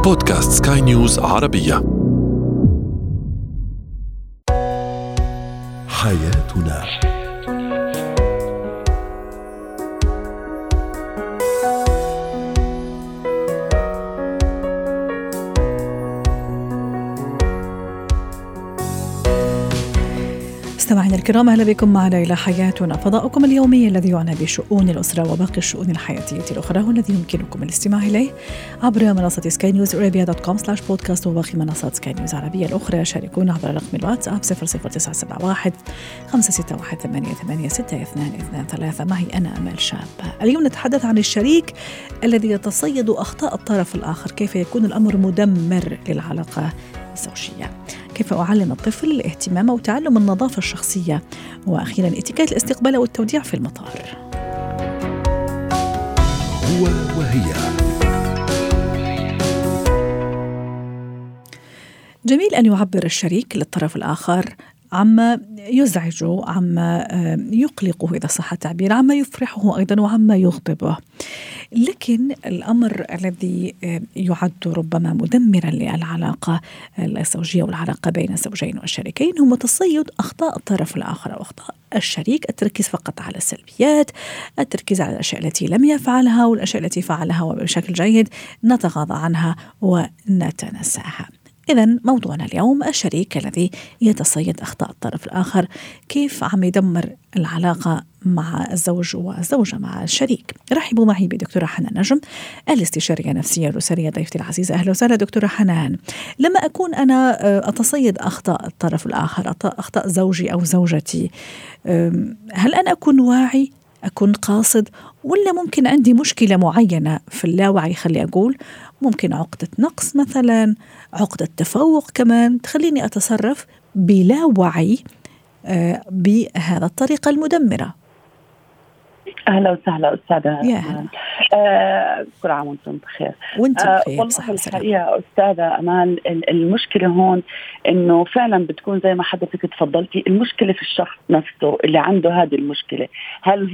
بودكاست سكاي نيوز عربية. حياتنا. مستمعينا الكرام، أهلا بكم معنا إلى حياتنا، فضاؤكم اليومي الذي يعنى بشؤون الأسرة وباقي الشؤون الحياتية الأخرى، والذي يمكنكم الاستماع إليه عبر منصة سكاي نيوز arabia.com/podcast وباقي منصات سكاي نيوز العربية الأخرى. شاركونا عبر رقم الواتساب 00971 561 886223. معي أنا أمال شاب. اليوم نتحدث عن الشريك الذي يتصيد أخطاء الطرف الآخر، كيف يكون الأمر مدمر للعلاقة الزوجية، كيف أعلم الطفل الاهتمام وتعلم النظافة الشخصية، وأخيرا اتيكيت الاستقبال والتوديع في المطار. هو وهي. جميل أن يعبر الشريك للطرف الآخر عما يزعجه، عما يقلقه إذا صح التعبير، عما يفرحه أيضا وعما يغضبه. لكن الأمر الذي يعد ربما مدمرا للعلاقة الزوجية والعلاقة بين الزوجين والشريكين هو تصيد أخطاء الطرف الآخر أو أخطاء الشريك، التركيز فقط على السلبيات، التركيز على الأشياء التي لم يفعلها والأشياء التي فعلها وبشكل جيد نتغاضى عنها ونتناساها. إذن موضوعنا اليوم الشريك الذي يتصيد أخطاء الطرف الآخر، كيف عم يدمر العلاقة مع الزوج والزوجة مع الشريك. رحبوا معي بدكتورة حنان نجم، الاستشارية النفسية الأسرية، ضيفتي العزيزة. أهلا وسهلا دكتورة حنان. لما أكون أنا أتصيد أخطاء الطرف الآخر، أخطاء زوجي أو زوجتي، هل أنا أكون واعي، أكون قاصد، ولا ممكن عندي مشكلة معينة في اللاوعي؟ خلي أقول ممكن عقدة نقص مثلا، عقدة تفوق كمان تخليني أتصرف بلا وعي بهذا الطريقة المدمرة. أهلا وسهلا أستاذة. يا هلا. كل عام وانتم بخير. وانتم بخير. والله الحقيقة أستاذة أمال، المشكلة هون إنه فعلا بتكون زي ما حضرتك تفضلتي، المشكلة في الشخص نفسه اللي عنده هذه المشكلة. هل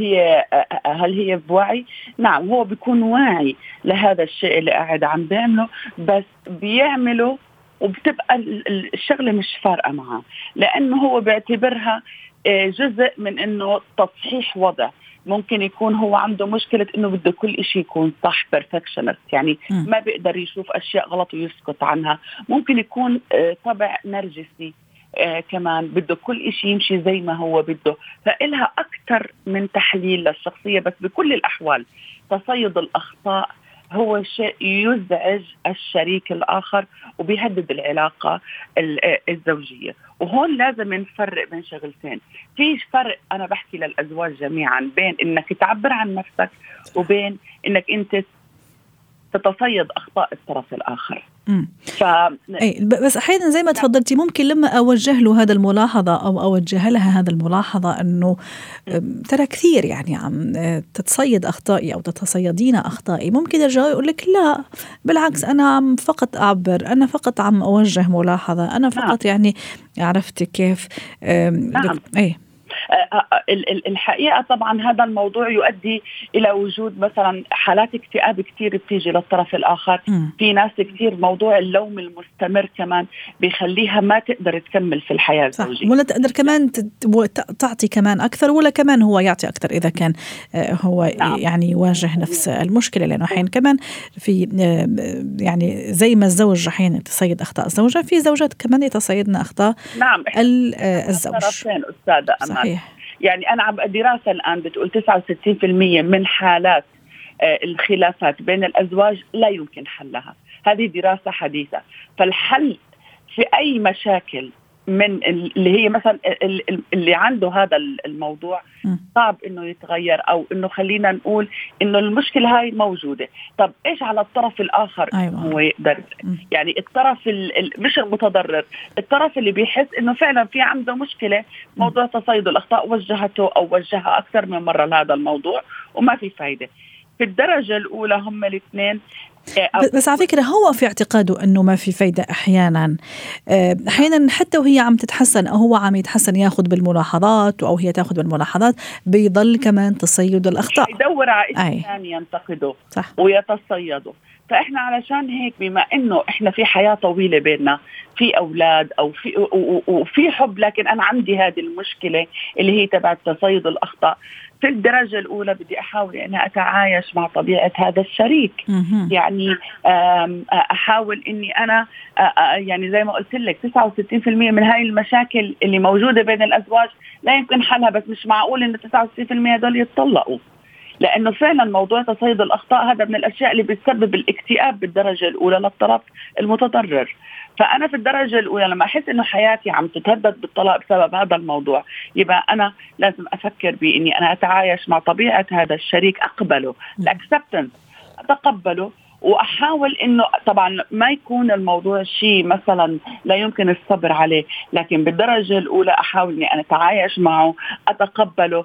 هي بوعي؟ نعم، هو بيكون واعي لهذا الشيء اللي قاعد عم بيعمله، بس بيعمله وبتبقى الشغلة مش فارقة معه، لأنه هو بيعتبرها جزء من إنه تصحيح وضع. ممكن يكون هو عنده مشكلة إنه بده كل إشي يكون صح، perfectionist، يعني ما بيقدر يشوف أشياء غلط ويسكت عنها. ممكن يكون طبع نرجسي، كمان بده كل إشي يمشي زي ما هو بده. فإلها أكثر من تحليل للشخصية، بس بكل الأحوال تصيد الأخطاء هو شيء يزعج الشريك الآخر وبيهدد العلاقة الزوجية. وهون لازم نفرق بين شغلتين. في فرق، أنا بحكي للأزواج جميعا، بين إنك تعبر عن نفسك وبين إنك أنت تتصيد أخطاء الطرف الآخر. بس أحيانا زي ما تفضلتي ممكن لما أوجه له هذا الملاحظة أو أوجه لها هذا الملاحظة أنه ترى كثير يعني عم تتصيد أخطائي أو تتصيدين أخطائي، ممكن يرجع يقول لك لا بالعكس، أنا عم فقط أعبر، أنا فقط عم أوجه ملاحظة، أنا فقط يعني عرفت كيف. الحقيقة طبعا هذا الموضوع يؤدي إلى وجود مثلا حالات اكتئاب كتير بتيجي للطرف الآخر. في ناس كتير موضوع اللوم المستمر كمان بيخليها ما تقدر تكمل في الحياة الزوجية، ولا تقدر كمان تعطي كمان أكثر، ولا كمان هو يعطي أكثر إذا كان هو يعني يواجه نفس المشكلة. لأنه حين كمان في يعني زي ما الزوج حين يتصيد أخطاء الزوجة، في زوجات كمان يتصيدن أخطاء الزوج. أستاذة أمال، يعني أنا دراسة الآن بتقول 69% من حالات الخلافات بين الأزواج لا يمكن حلها. هذه دراسة حديثة. فالحل في أي مشاكل من اللي هي مثلا اللي عنده هذا الموضوع صعب إنه يتغير، أو إنه خلينا نقول إنه المشكلة هاي موجودة. طب إيش على الطرف الآخر؟ هو يقدر يعني الطرف مش المتضرر، الطرف اللي بيحس إنه فعلا في عنده مشكلة، موضوع تصيد الأخطاء، وجهته أو وجهها أكثر من مرة لهذا الموضوع وما في فايدة. في الدرجة الأولى هم الاثنين. بس على فكرة هو في اعتقاده أنه ما في فايدة أحيانا حتى وهي عم تتحسن أو هو عم يتحسن ياخد بالملاحظات أو هي تاخد بالملاحظات، بيضل كمان تصيد الأخطاء، يدور على إشي ثاني ينتقده ويتصيده. فإحنا علشان هيك بما إنه إحنا في حياة طويلة بيننا، في أولاد أو وفي حب، لكن أنا عندي هذه المشكلة اللي هي تبع تصيد الأخطاء. في الدرجة الأولى بدي أحاول أن أتعايش مع طبيعة هذا الشريك. يعني أحاول أني أنا يعني زي ما قلت لك 69% من هاي المشاكل اللي موجودة بين الأزواج لا يمكن حلها، بس مش معقول أن 69% دول يتطلقوا، لأنه فعلا موضوع تصيد الأخطاء هذا من الأشياء اللي بتسبب الاكتئاب بالدرجة الأولى للطرف المتضرر. فأنا في الدرجة الأولى لما أحس إنه حياتي عم تتهدد بالطلاق بسبب هذا الموضوع، يبقى أنا لازم أفكر بإني أنا أتعايش مع طبيعة هذا الشريك، أقبله، الأكسبتنس، أتقبله، وأحاول إنه طبعا ما يكون الموضوع شيء مثلا لا يمكن الصبر عليه، لكن بالدرجة الأولى أحاول إني أنا أتعايش معه، أتقبله،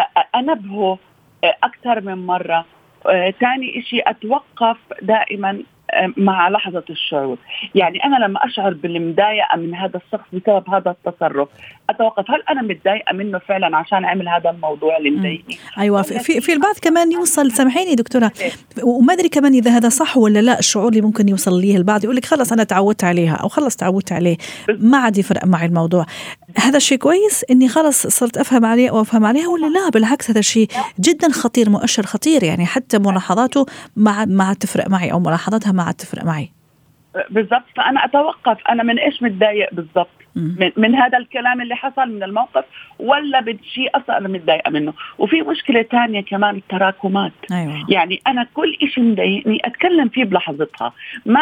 أنبهه أكثر من مرة. ثاني إشي أتوقف دائما مع لحظة الشعور. يعني أنا لما أشعر بالمضايقة من هذا الشخص بسبب هذا التصرف، أتوقف، هل أنا متضايقة منه فعلا عشان أعمل هذا الموضوع اللي مضايقني؟ أيوة، في البعض كمان يوصل، سامحيني دكتورة، وما أدري كمان إذا هذا صح ولا لا، الشعور اللي ممكن يوصل ليه البعض يقول لك خلص أنا تعودت عليها، أو خلص تعودت عليه، ما عاد يفرق معي الموضوع. هذا الشيء كويس إني خلص صرت أفهم عليه أو أفهم عليها، ولا لا بالعكس هذا الشيء جدا خطير، مؤشر خطير، يعني حتى ملاحظاته ما تفرق معي أو ملاحظاتها ما تفرق معي. بالضبط. فأنا أتوقف أنا من إيش متضايق بالضبط، من هذا الكلام اللي حصل، من الموقف، ولا بشيء أصلا أنا متضايقة منه. وفي مشكلة تانية كمان، التراكمات. أيوة. يعني أنا كل إشي مضايقني أتكلم فيه بلحظتها، ما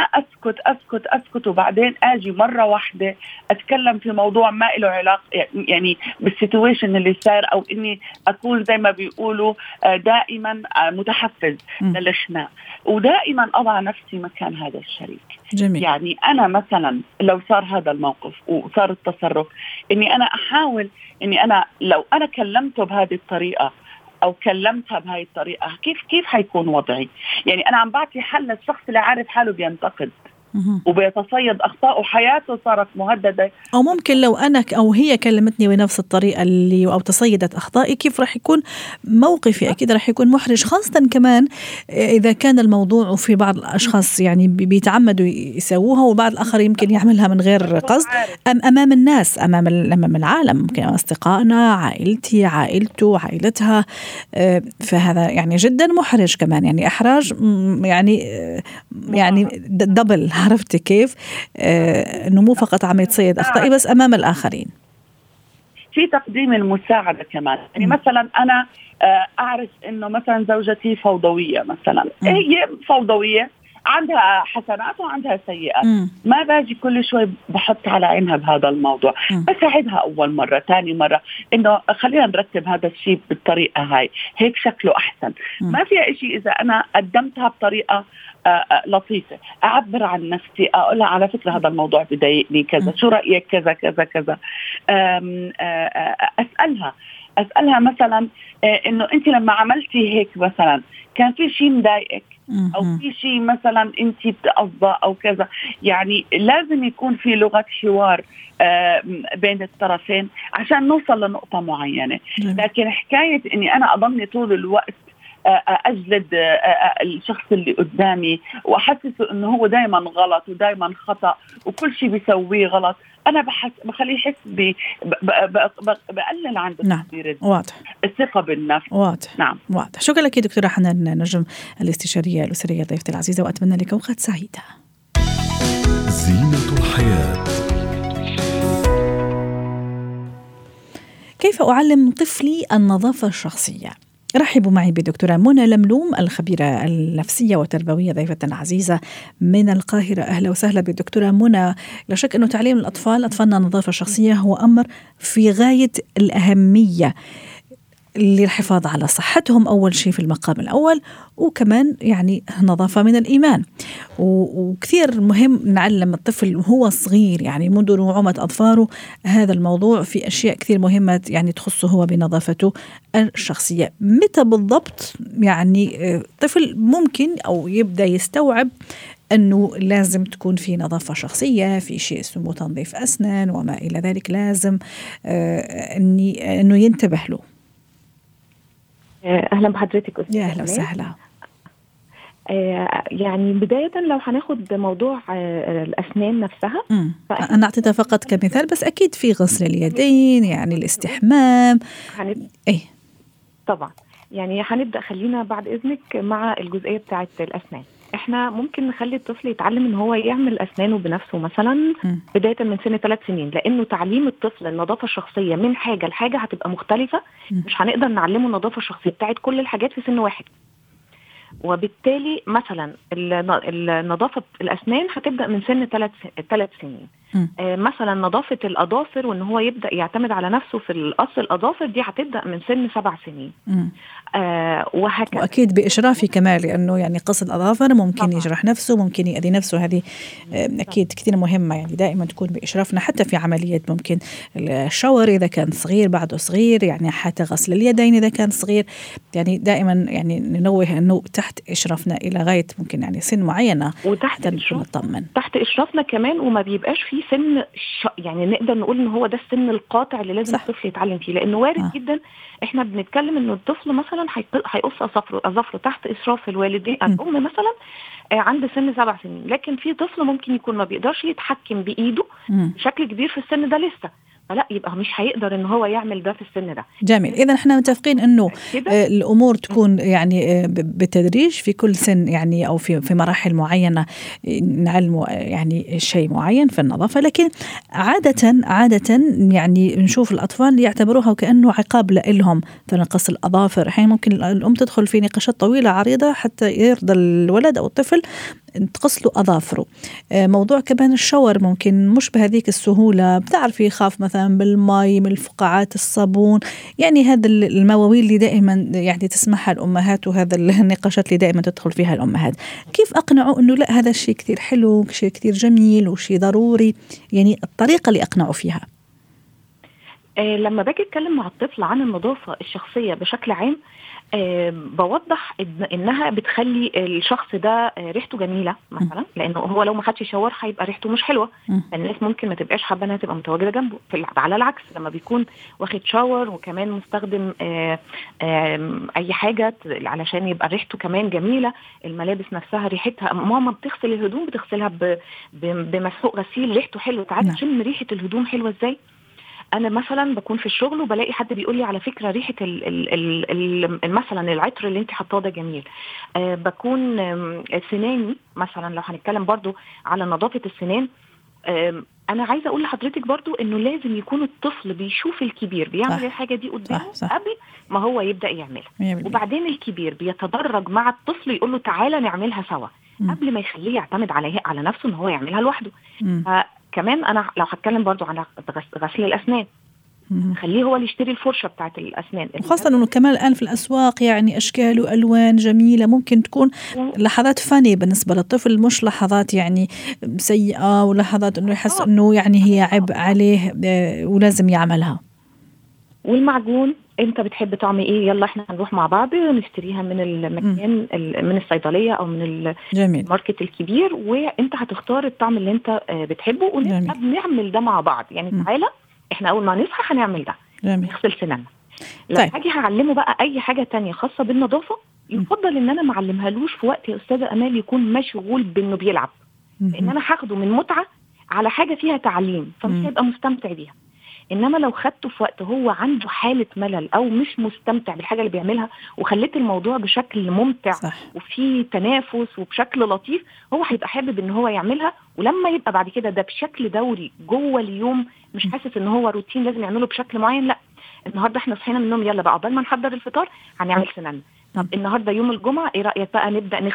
أسكت وبعدين أجي مرة واحدة أتكلم في موضوع ما له علاقة يعني بالسيتويشن اللي صار، أو إني أكون زي ما بيقولوا دائما متحفز للخناق، ودائما أضع نفسي مكان هذا الشريك. جميل. يعني أنا مثلا لو صار هذا الموقف وصار التصرف، إني أنا أحاول إني أنا لو أنا كلمته بهذه الطريقة أو كلمتها بهذه الطريقة، كيف حيكون وضعي؟ يعني أنا عم بعطي حل للشخص اللي عارف حاله بينتقد وبيتصيد أخطاء وحياته صارت مهددة. أو ممكن لو أنا أو هي كلمتني بنفس الطريقة اللي أو تصيدت أخطائي، كيف رح يكون موقفي؟ أكيد رح يكون محرج، خاصة كمان إذا كان الموضوع، وفي بعض الأشخاص يعني بيتعمدوا يسووها، وبعض الآخر يمكن يعملها من غير قصد، أمام الناس، أمام العالم، ممكن أصدقائنا، عائلتي، عائلته، عائلتها. فهذا يعني جدا محرج كمان، يعني إحراج يعني دبل. عرفتي كيف؟ إنه مو فقط عم يتصيد أخطائي بس أمام الآخرين. في تقديم المساعدة كمان. يعني مثلا أنا أعرف إنه مثلا زوجتي فوضوية مثلا، هي فوضوية، عندها حسنات وعندها سيئات، ما باجي كل شوي بحط على عينها بهذا الموضوع، بس أعيدها أول مرة، ثاني مرة، إنه خلينا نرتب هذا الشيء بالطريقة هاي، هيك شكله أحسن. ما فيها إشي إذا أنا قدمتها بطريقة لطيفة، أعبر عن نفسي، أقولها على فكرة هذا الموضوع بضايقني كذا، شو رأيك كذا كذا كذا. أسألها مثلا إنه أنت لما عملتي هيك مثلا كان في شيء مضايقك، أو في شيء مثلا أنت بتقصده أو كذا. يعني لازم يكون في لغة حوار بين الطرفين عشان نوصل لنقطة معينة. لكن حكاية إني أنا أضمني طول الوقت أجلد الشخص اللي قدامي وأحسسه إنه هو دايما غلط ودايما خطأ وكل شيء بيسويه غلط، أنا بخليه يحس بقلل عنده. نعم. واضح. الثقة بالنفس. واضح. نعم. واضح. شكرا لك دكتورة حنان نجم، الاستشارية الأسرية ضيفتي العزيزة، وأتمنى لك أوقات سعيدة. زينة الحياة. كيف أعلم طفلي النظافة الشخصية؟ رحبوا معي بدكتورة منى لملوم، الخبيرة النفسية والتربوية، ضيفة عزيزة من القاهرة. أهلا وسهلا بدكتورة منى. لا شك أنه تعليم أطفالنا النظافة الشخصية هو أمر في غاية الأهمية للحفاظ على صحتهم أول شيء في المقام الأول، وكمان يعني نظافة من الإيمان. وكثير مهم نعلم الطفل وهو صغير، يعني منذ نعومة أظفاره، هذا الموضوع في أشياء كثير مهمة يعني تخصه هو بنظافته الشخصية. متى بالضبط يعني طفل ممكن أو يبدأ يستوعب أنه لازم تكون في نظافة شخصية، في شيء اسمه تنظيف أسنان وما إلى ذلك، لازم أنه ينتبه له؟ أهلا بحضرتك أستاذ. يا أهلا وسهلا. يعني بداية لو هناخد موضوع الأسنان نفسها، أنا أعطيتها فقط كمثال، بس أكيد في غسل اليدين، يعني الاستحمام. طبعا يعني هنبدأ، خلينا بعد إذنك مع الجزئية بتاعة الأسنان. احنا ممكن نخلي الطفل يتعلم ان هو يعمل أسنانه بنفسه مثلا بداية من سن 3 سنين، لأنه تعليم الطفل النظافة الشخصية من حاجة لحاجة هتبقى مختلفة. مش هنقدر نعلمه النظافة الشخصية بتاعت كل الحاجات في سن واحد، وبالتالي مثلا النظافة الأسنان هتبدأ من سن 3 سنين. مثلا نظافة الأظافر وإن هو يبدأ يعتمد على نفسه في القص الأظافر دي هتبدأ من سن 7 سنين. وهكذا. وأكيد بإشرافي كمان، لأنه يعني قص الأظافر ممكن يجرح نفسه، ممكن يأذي نفسه. هذه أكيد كثير مهمة، يعني دائما تكون بإشرافنا حتى في عمليات. ممكن الشاور إذا كان صغير بعده صغير، يعني حتى غسل اليدين إذا كان صغير، يعني دائما يعني ننوه أنه تحت إشرافنا إلى غاية ممكن يعني سن معينة، وتحت تحت إشرافنا كمان، وما بيبقاش فيه سن يعني نقدر نقول إن هو ده السن القاطع اللي لازم الطفل يتعلم فيه، لأنه وارد جدا إحنا بنتكلم إنه الطفل مثلا هيقص أظافره تحت إشراف الوالدين الأم مثلا عند سن 7 سنين، لكن في طفل ممكن يكون ما بيقدرش يتحكم بإيده بشكل كبير في السن ده لسه، فلا يبقى مش هيقدر ان هو يعمل ده في السن ده. جميل. اذا احنا متفقين انه الامور تكون يعني بالتدريج في كل سن، يعني او في مراحل معينه نعلمه يعني شيء معين في النظافه، لكن عاده يعني نشوف الاطفال يعتبروها وكانه عقاب لهم، مثلا قص الاظافر. الحين ممكن الام تدخل في نقاشات طويله عريضه حتى يرضى الولد او الطفل تقص له أظافره. موضوع كمان الشاور ممكن مش بهذيك السهولة، بتعرفي يخاف مثلا بالماء من الفقاعات الصابون، يعني هذا المواويل اللي دائما يعني تسمعها الأمهات، وهذا النقاشات اللي دائما تدخل فيها الأمهات. كيف أقنعوا أنه لا، هذا الشيء كثير حلو، شيء كثير جميل وشيء ضروري، يعني الطريقة اللي أقنعوا فيها؟ لما باجي أتكلم مع الطفل عن النظافة الشخصية بشكل عام، بوضح انها بتخلي الشخص ده ريحته جميله مثلا، لانه هو لو ما خدش شاور هيبقى ريحته مش حلوه، فالناس ممكن ما تبقاش حابه انها تبقى متواجده جنبه. على العكس لما بيكون واخد شاور وكمان مستخدم اي حاجه علشان يبقى ريحته كمان جميله، الملابس نفسها ريحتها، ماما بتغسل الهدوم بتغسلها بمسحوق غسيل ريحته حلوه، تعالى شم ريحه الهدوم حلوه ازاي. انا مثلا بكون في الشغل وبلاقي حد بيقول لي على فكره ريحه مثلا العطر اللي انت حاطاه ده جميل. بكون سناني مثلا، لو هنتكلم برضو على نظافه السنان، انا عايزه اقول لحضرتك برضو انه لازم يكون الطفل بيشوف الكبير بيعمل الحاجه دي قدامه قبل ما هو يبدا يعملها، وبعدين الكبير بيتدرج مع الطفل يقول له تعالى نعملها سوا قبل ما يخليه يعتمد على نفسه ان هو يعملها لوحده. كمان انا لو هتكلم برضو عن غسل الاسنان، خليه هو اللي يشتري الفرشه بتاعت الاسنان، خاصه انه كمان الان في الاسواق يعني اشكال والوان جميله، ممكن تكون لحظات فاني بالنسبه للطفل، مش لحظات يعني سيئه ولحظات انه يحس انه يعني هي عبء عليه ولازم يعملها. والمعجون انت بتحب طعم ايه؟ يلا احنا هنروح مع بعض نشتريها من المكان من الصيدليه او من الماركت الكبير، وانت هتختار الطعم اللي انت بتحبه، ونبقى بنعمل ده مع بعض. يعني تعالى احنا اول ما نصحى هنعمل ده، نغسل سناننا. لما هاجي هعلمه بقى اي حاجه تانية خاصه بالنظافه، يفضل ان انا ما اعلمهالوش في وقت يا استاذه امال يكون مشغول بانه بيلعب، لان انا هاخده من متعه على حاجه فيها تعليم، فمش هيبقى مستمتع بيها. انما لو خدته في وقت هو عنده حاله ملل او مش مستمتع بالحاجه اللي بيعملها، وخليت الموضوع بشكل ممتع وفي تنافس وبشكل لطيف، هو هيبقى حابب ان هو يعملها. ولما يبقى بعد كده ده بشكل دوري جوه اليوم، مش حاسس ان هو روتين لازم يعمله بشكل معين، لا النهارده احنا صحينا من النوم، يلا بقى عقبال ما نحضر الفطار هنعمل سنان. طب النهارده يوم الجمعه، ايه رايك بقى نبدا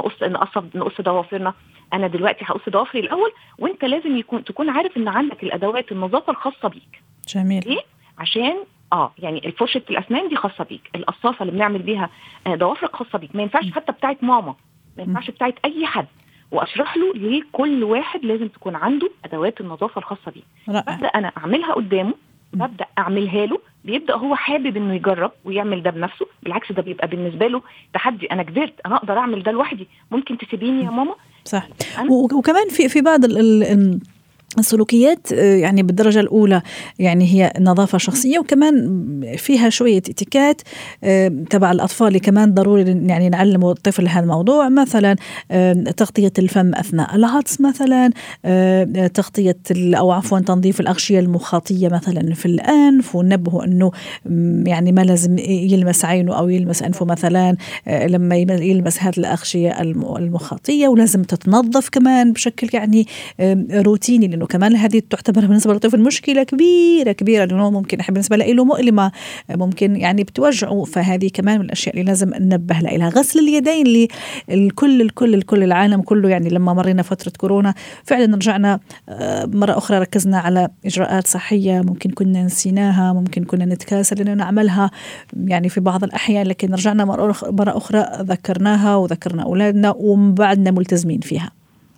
نقص ضوافرنا؟ انا دلوقتي هقص ضوافري الاول، وانت لازم تكون عارف ان عندك الادوات النظافه الخاصه بيك. جميل. ليه؟ عشان يعني الفرشه الاسنان دي خاصه بيك، القصاصه اللي بنعمل بيها ضوافرك خاصه بيك، ما ينفعش حتى بتاعت ماما، ما ينفعش بتاعت اي حد. واشرح له ليه كل واحد لازم تكون عنده ادوات النظافه الخاصه بيه. ببدا انا اعملها قدامه، ببدا اعملها له، بيبدا هو حابب انه يجرب ويعمل ده بنفسه. بالعكس ده بيبقى بالنسبه له تحدي، انا كبرت انا اقدر اعمل ده لوحدي، ممكن تسيبيني يا ماما؟ صح. وكمان في بعض السلوكيات يعني بالدرجة الأولى يعني هي نظافة شخصية، وكمان فيها شوية اتيكات تبع الأطفال اللي كمان ضروري يعني نعلموا الطفل هذا الموضوع، مثلا تغطية الفم أثناء العطس، مثلا تغطية أو عفوا تنظيف الأغشية المخاطية مثلا في الأنف، وننبهه أنه يعني ما لازم يلمس عينه أو يلمس أنفه مثلا لما يلمس هذه الأغشية المخاطية، ولازم تتنظف كمان بشكل يعني روتيني، لأنه كمان هذه تعتبر بالنسبة للطفل مشكلة كبيرة لأنه ممكن بالنسبة له مؤلمة، ممكن يعني بتوجعه، فهذه كمان من الأشياء اللي لازم ننبه لها. غسل اليدين الكل العالم كله، يعني لما مرينا فترة كورونا فعلا رجعنا مرة أخرى ركزنا على إجراءات صحية ممكن كنا نسيناها، ممكن كنا نتكاسل إنه نعملها يعني في بعض الأحيان، لكن رجعنا مرة أخرى ذكرناها وذكرنا أولادنا وبعدنا ملتزمين فيها.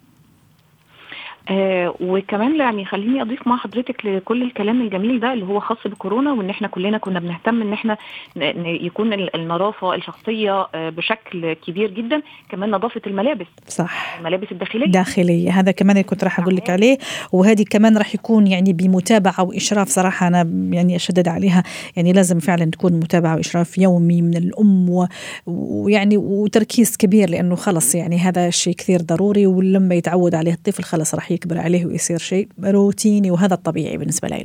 وكمان يعني خليني اضيف مع حضرتك لكل الكلام الجميل ده اللي هو خاص بكورونا، وان احنا كلنا كنا بنهتم ان احنا يكون النظافه الشخصيه بشكل كبير جدا، كمان نظافه الملابس، صح، الملابس الداخليه هذا كمان اللي كنت راح اقول لك عليه، وهذه كمان راح يكون يعني بمتابعه واشراف، صراحه انا يعني اشدد عليها، يعني لازم فعلا تكون متابعه واشراف يومي من الام ويعني وتركيز كبير، لانه خلص يعني هذا شيء كثير ضروري، ولما يتعود عليه الطفل خلص راح يكبر عليه ويصير شيء روتيني، وهذا الطبيعي بالنسبة له.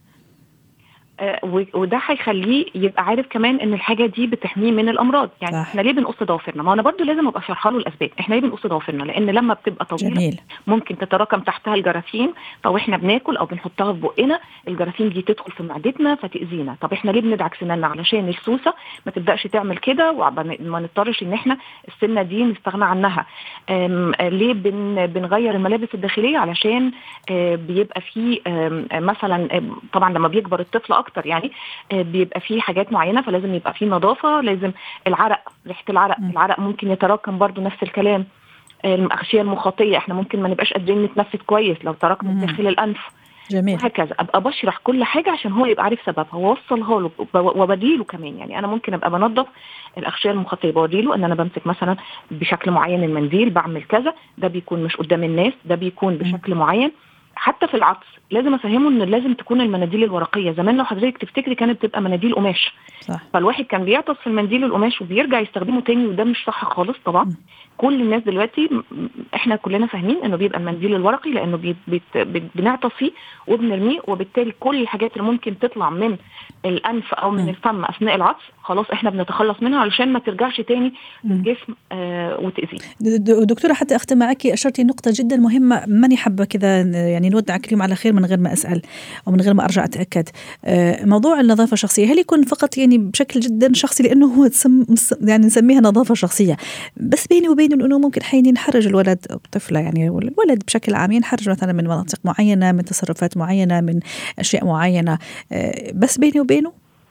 وده هيخليه يبقى عارف كمان ان الحاجه دي بتحميه من الامراض. يعني صح. احنا ليه بنقص ضوافرنا؟ ما انا برضو لازم ابقى شرحه له الاسباب. احنا ليه بنقص ضوافرنا؟ لان لما بتبقى طويله جميل. ممكن تتراكم تحتها الجراثيم، او احنا بناكل او بنحطها في بقنا، الجراثيم دي تدخل في معدتنا فتاذينا. طب احنا ليه بندعك سناننا؟ علشان السوسه ما تبداش تعمل كده وما نضطرش ان احنا السنه دي نستغنى عنها. ليه بنغير الملابس الداخليه؟ علشان بيبقى فيه مثلا طبعا لما بيكبر الطفل اكتر يعني بيبقى فيه حاجات معينه، فلازم يبقى فيه نظافه. لازم العرق، ريحه العرق ممكن يتراكم برضو نفس الكلام. الاغشيه المخاطيه احنا ممكن ما نبقاش قادرين نتنفس كويس لو تراكم داخل الانف. جميل. وهكذا ابقى بشرح كل حاجه عشان هو يبقى عارف سببها ووصلها له وبديله كمان. يعني انا ممكن ابقى بنظف الاغشيه المخاطيه، بوريله ان انا بمسك مثلا بشكل معين المنديل، بعمل كذا، ده بيكون مش قدام الناس، ده بيكون بشكل معين. حتى في العطس لازم افهمه ان لازم تكون المناديل الورقيه. زمان لو حضرتك تفتكري كانت بتبقى مناديل قماش، صح. فالواحد كان بيعطس في المنديل القماش وبيرجع يستخدمه تاني، وده مش صح خالص طبعا. كل الناس دلوقتي احنا كلنا فاهمين انه بيبقى المنديل الورقي، لانه بنعطس فيه وبنرميه، وبالتالي كل الحاجات اللي ممكن تطلع من الانف او من الفم اثناء العطس خلاص احنا بنتخلص منها علشان ما ترجعش تاني للجسم وتاذيه. دكتوره حتى اختم معك، اشرتي نقطه جدا مهمه، ماني حابه كذا يعني نودع كلمه على خير من غير ما اسال او من غير ما ارجع اتاكد. موضوع النظافه الشخصيه هل يكون فقط يعني بشكل جدا شخصي، لانه هو يعني نسميها نظافه شخصيه، بس بيني وبينه انه ممكن حين ينحرج الولد او الطفله، يعني الولد بشكل عام ينحرج مثلا من مناطق معينه، من تصرفات معينه، من اشياء معينه، بس بيني وبينه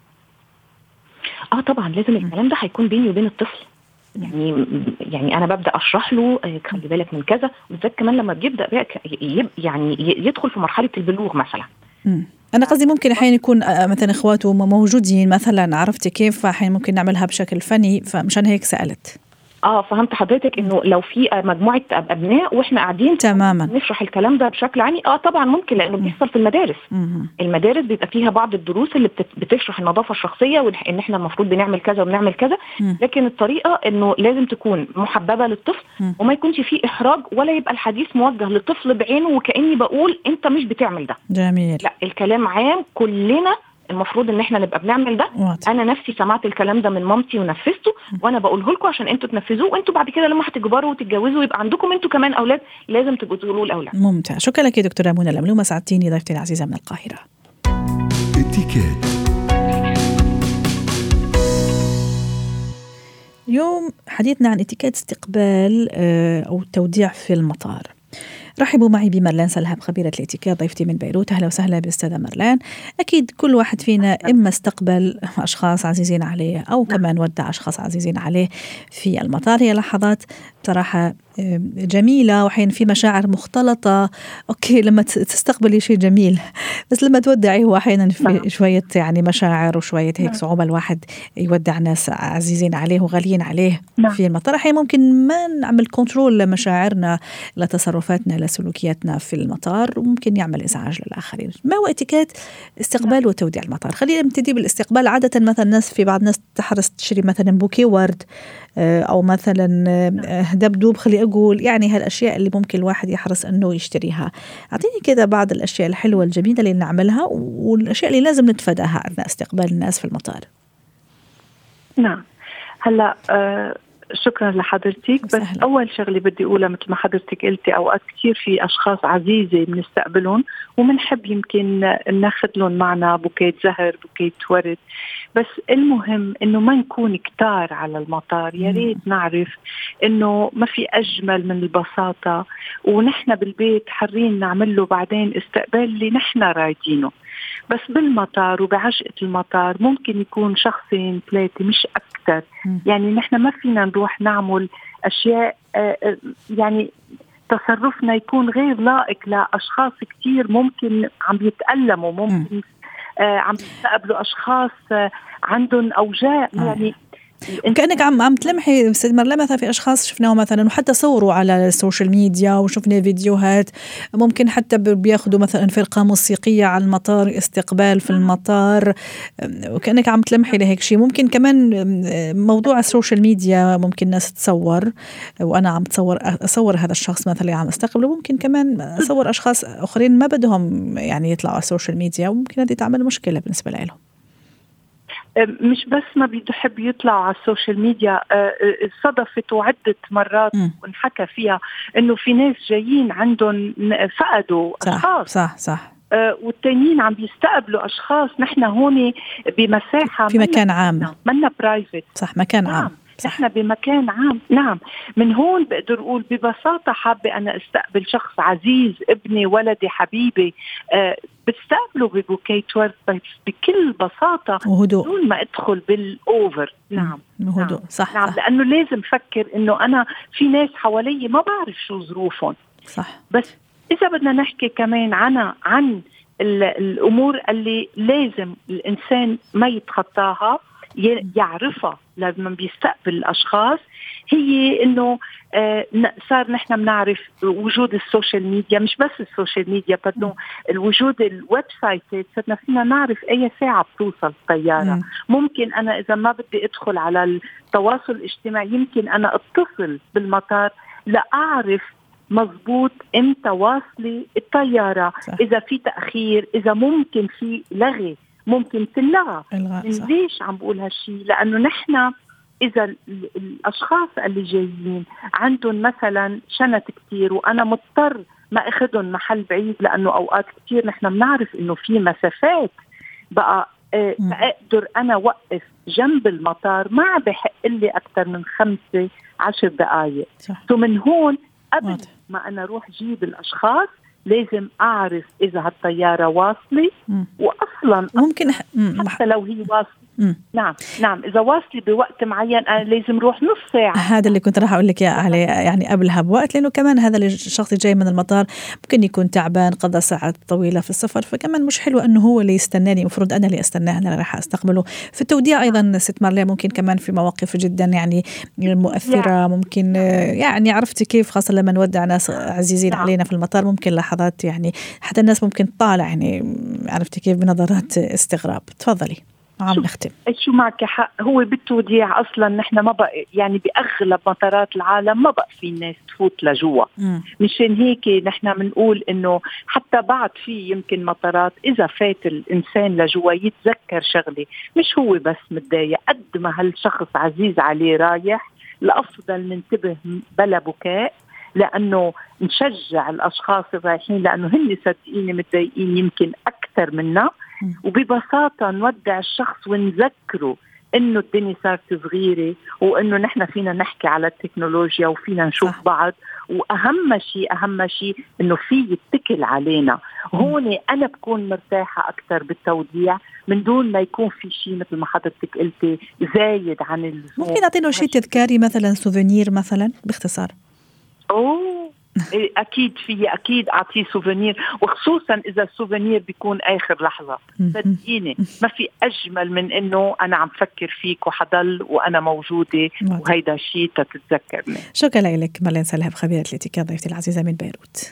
طبعا لازم الكلام ده هيكون بيني وبين الطفل. يعني انا ببدا اشرح له خلي بالك من كذا، وبالذات كمان لما بيبدا يعني يدخل في مرحله البلوغ مثلا. أنا قصدي ممكن أحيانا يكون مثلا إخواته موجودين مثلا، عرفتي كيف؟ فأحيانا ممكن نعملها بشكل فني، فمشان هيك سألت. فهمت حضرتك انه لو في مجموعه ابناء واحنا قاعدين تماما نشرح الكلام ده بشكل عام، طبعا ممكن، لانه بيحصل في المدارس. المدارس بيبقى فيها بعض الدروس اللي بتشرح النظافه الشخصيه، وان احنا المفروض بنعمل كذا وبنعمل كذا، لكن الطريقه انه لازم تكون محببه للطفل، وما يكونش فيه احراج، ولا يبقى الحديث موجه للطفل بعينه وكاني بقول انت مش بتعمل ده. جميل. لا، الكلام عام، كلنا المفروض ان احنا نبقى بنعمل ده. انا نفسي سمعت الكلام ده من مامتي ونفذته، وانا بقوله لكم عشان انتوا تنفذوه، وانتوا بعد كده لما هتكبروا وتتجوزوا يبقى عندكم انتوا كمان اولاد لازم تبقوا تقولوا الاولاد. ممتاز، شكرا لك يا دكتوره منى الأملومة، سعدتيني ضيفتي العزيزه من القاهره. اتيكيت. اليوم حديثنا عن اتيكيت استقبال او التوديع في المطار. رحبوا معي بمرلان سلهاب، خبيرة الاتيكيت، ضيفتي من بيروت. أهلا وسهلا بالأستاذة مرلان. أكيد كل واحد فينا إما استقبل أشخاص عزيزين عليه أو كمان ودع أشخاص عزيزين عليه في المطار. هي لحظات صراحة جميلة، وحين في مشاعر مختلطة. أوكي لما تستقبلي شيء جميل، بس لما تودعي هو أحيانا في شوية يعني مشاعر وشوية هيك صعوبة الواحد يودع ناس عزيزين عليه وغاليين عليه في المطار. أحيانا ممكن ما نعمل كنترول لمشاعرنا، لتصرفاتنا، لسلوكياتنا في المطار، وممكن يعمل إزعاج للآخرين. ما هو اتيكيت استقبال وتوديع المطار؟ خلينا نبتدي بالاستقبال. عادة مثلا الناس، في بعض الناس تحرص تشتري مثلا بوكيه ورد أو مثلا دبدوب، خلي أقول يعني هالأشياء اللي ممكن الواحد يحرص أنه يشتريها. أعطيني كذا بعض الأشياء الحلوة الجميلة اللي نعملها والأشياء اللي لازم نتفاداها أثناء استقبال الناس في المطار. نعم، هلأ شكرا لحضرتك. بس سهلا. أول شغلة بدي أقولها مثل ما حضرتك قلتي، أوقات كتير في أشخاص عزيزة بنستقبلهم ومنحب يمكن ناخد لهم معنا بوكيت زهر، بوكيت ورد، بس المهم إنه ما نكون كتار على المطار. يا ريت نعرف إنه ما في أجمل من البساطة، ونحن بالبيت حرين نعمل له بعدين استقبال اللي نحن رايدينه. بس بالمطار وبعشقة المطار ممكن يكون شخصين ثلاثة مش أكثر. يعني نحن ما فينا نروح نعمل أشياء يعني تصرفنا يكون غير لائق لأشخاص كتير ممكن عم يتألموا، ممكن عم يستقبلوا أشخاص عندهم أوجاع. يعني كأنك عم تلمحي ست مرلا مثلا في أشخاص شفناهم مثلا وحتى صوروا على السوشيال ميديا وشفنا فيديوهات، ممكن حتى بياخدوا مثلا فرقة موسيقية على المطار، استقبال في المطار، وكأنك عم تلمحي لهيك شيء. ممكن كمان موضوع السوشيال ميديا، ممكن ناس تصور وأنا عم أصور هذا الشخص مثلا عم استقبله، ممكن كمان أصور أشخاص آخرين ما بدهم يعني يطلعوا على السوشيال ميديا، وممكن هذه تعمل مشكلة بالنسبة لهم. مش بس ما بيحب يطلعوا على السوشيال ميديا، صدفت عدة مرات ونحكى فيها انه في ناس جايين عندهم فقدوا اشخاص. صح. والتانيين عم بيستقبلوا اشخاص. نحن هون بمساحة في مكان عام، منا برايفت. صح، مكان عام. نحن بمكان عام. نعم، من هون بقدر أقول ببساطة حابة أنا استقبل شخص عزيز، ابني، ولدي، حبيبي، بستقبله ببوكيت ورد بكل بساطة وهدوء، بدون ما أدخل بالأوفر. نعم، وهدوء. صح. نعم، لأنه لازم فكر إنه أنا في ناس حوالي ما بعرف شو ظروفهم. صح. بس إذا بدنا نحكي كمان عن الأمور اللي لازم الإنسان ما يتخطاها، يعرفها لما بيستقبل الأشخاص، هي إنه صار نحن بنعرف وجود السوشيال ميديا. مش بس السوشيال ميديا، بدنا الوجود الويب سايت، صرنا فينا نعرف أي ساعة بتوصل الطيارة. ممكن أنا إذا ما بدي أدخل على التواصل الاجتماعي، يمكن أنا أتصل بالمطار لأعرف مضبوط امتى واصلي الطيارة. صح. إذا في تأخير، إذا ممكن في لغي، ممكن تلغى. ليش عم بقول هالشي؟ لأنه نحن إذا الأشخاص اللي جايين عندهم مثلا شنط كتير وأنا مضطر ما أخذهم محل بعيد، لأنه أوقات كتير نحن بنعرف إنه في مسافات بقى أقدر أنا وقف جنب المطار، ما بحق لي أكتر من 5-10 دقايق. من هون قبل ما أنا أروح جيب الأشخاص لازم أعرف إذا هالطيارة واصلة، وأصلا ممكن حتى لو هي واصلة. نعم إذا واصلة بوقت معين أنا لازم روح نص ساعة. هذا اللي كنت راح أقول لك عليه، يعني قبلها بوقت، لأنه كمان هذا الشخص جاي من المطار ممكن يكون تعبان، قضى ساعات طويلة في السفر، فكمان مش حلو أنه هو اللي يستناني، مفروض أنا اللي أستناه، أنا اللي راح أستقبله. في التوديع أيضا ست مارلي ممكن كمان في مواقف جدا يعني مؤثرة، ممكن يعني عرفتي كيف، خاصة لما نودع ناس عزيزين علينا في المطار، ممكن لحظات يعني حتى الناس ممكن تطالع، يعني عرفتي كيف، بنظرات استغراب. تفضلي عم نختم. شو معك حق، هو بالتوديع أصلا نحن ما بقى يعني بأغلب مطارات العالم ما بقى في الناس تفوت لجوا. مشان هيك نحن بنقول إنه حتى بعد في يمكن مطارات إذا فات الإنسان لجوا يتذكر شغلي، مش هو بس متضايق قد ما هالشخص عزيز عليه رايح، الأفضل ننتبه بلا بكاء، لأنه نشجع الأشخاص الرايحين، لأنه هن صدقيني متضايقين يمكن أكثر منا، وببساطة نودع الشخص ونذكره إنه الدنيا صارت صغيرة، وإنه نحن فينا نحكي على التكنولوجيا وفينا نشوف بعض، وأهم شيء إنه في يتكل علينا. هون أنا بكون مرتاحة أكتر بالتوديع من دون ما يكون في شيء مثل ما حضرتك قلتي زايد عن اللزوم. ممكن أعطينه شيء تذكاري مثلا سوفينير مثلا باختصار. أكيد أكيد أعطيه سوفينير، وخصوصا إذا السوفينير بيكون آخر لحظة. صدقيني ما في أجمل من إنه أنا عم فكر فيك وحضل وأنا موجودة، وهيدا شيء تتذكرني. شكرا لك مارلين سلهب، خبيرة الاتيكيت، ضيفتي العزيزة من بيروت.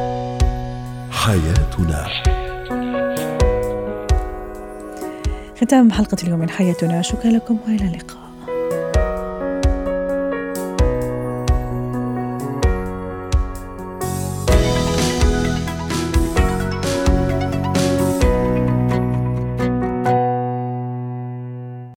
حياتنا. ختام حلقة اليوم من حياتنا، شكرا لكم وإلى اللقاء.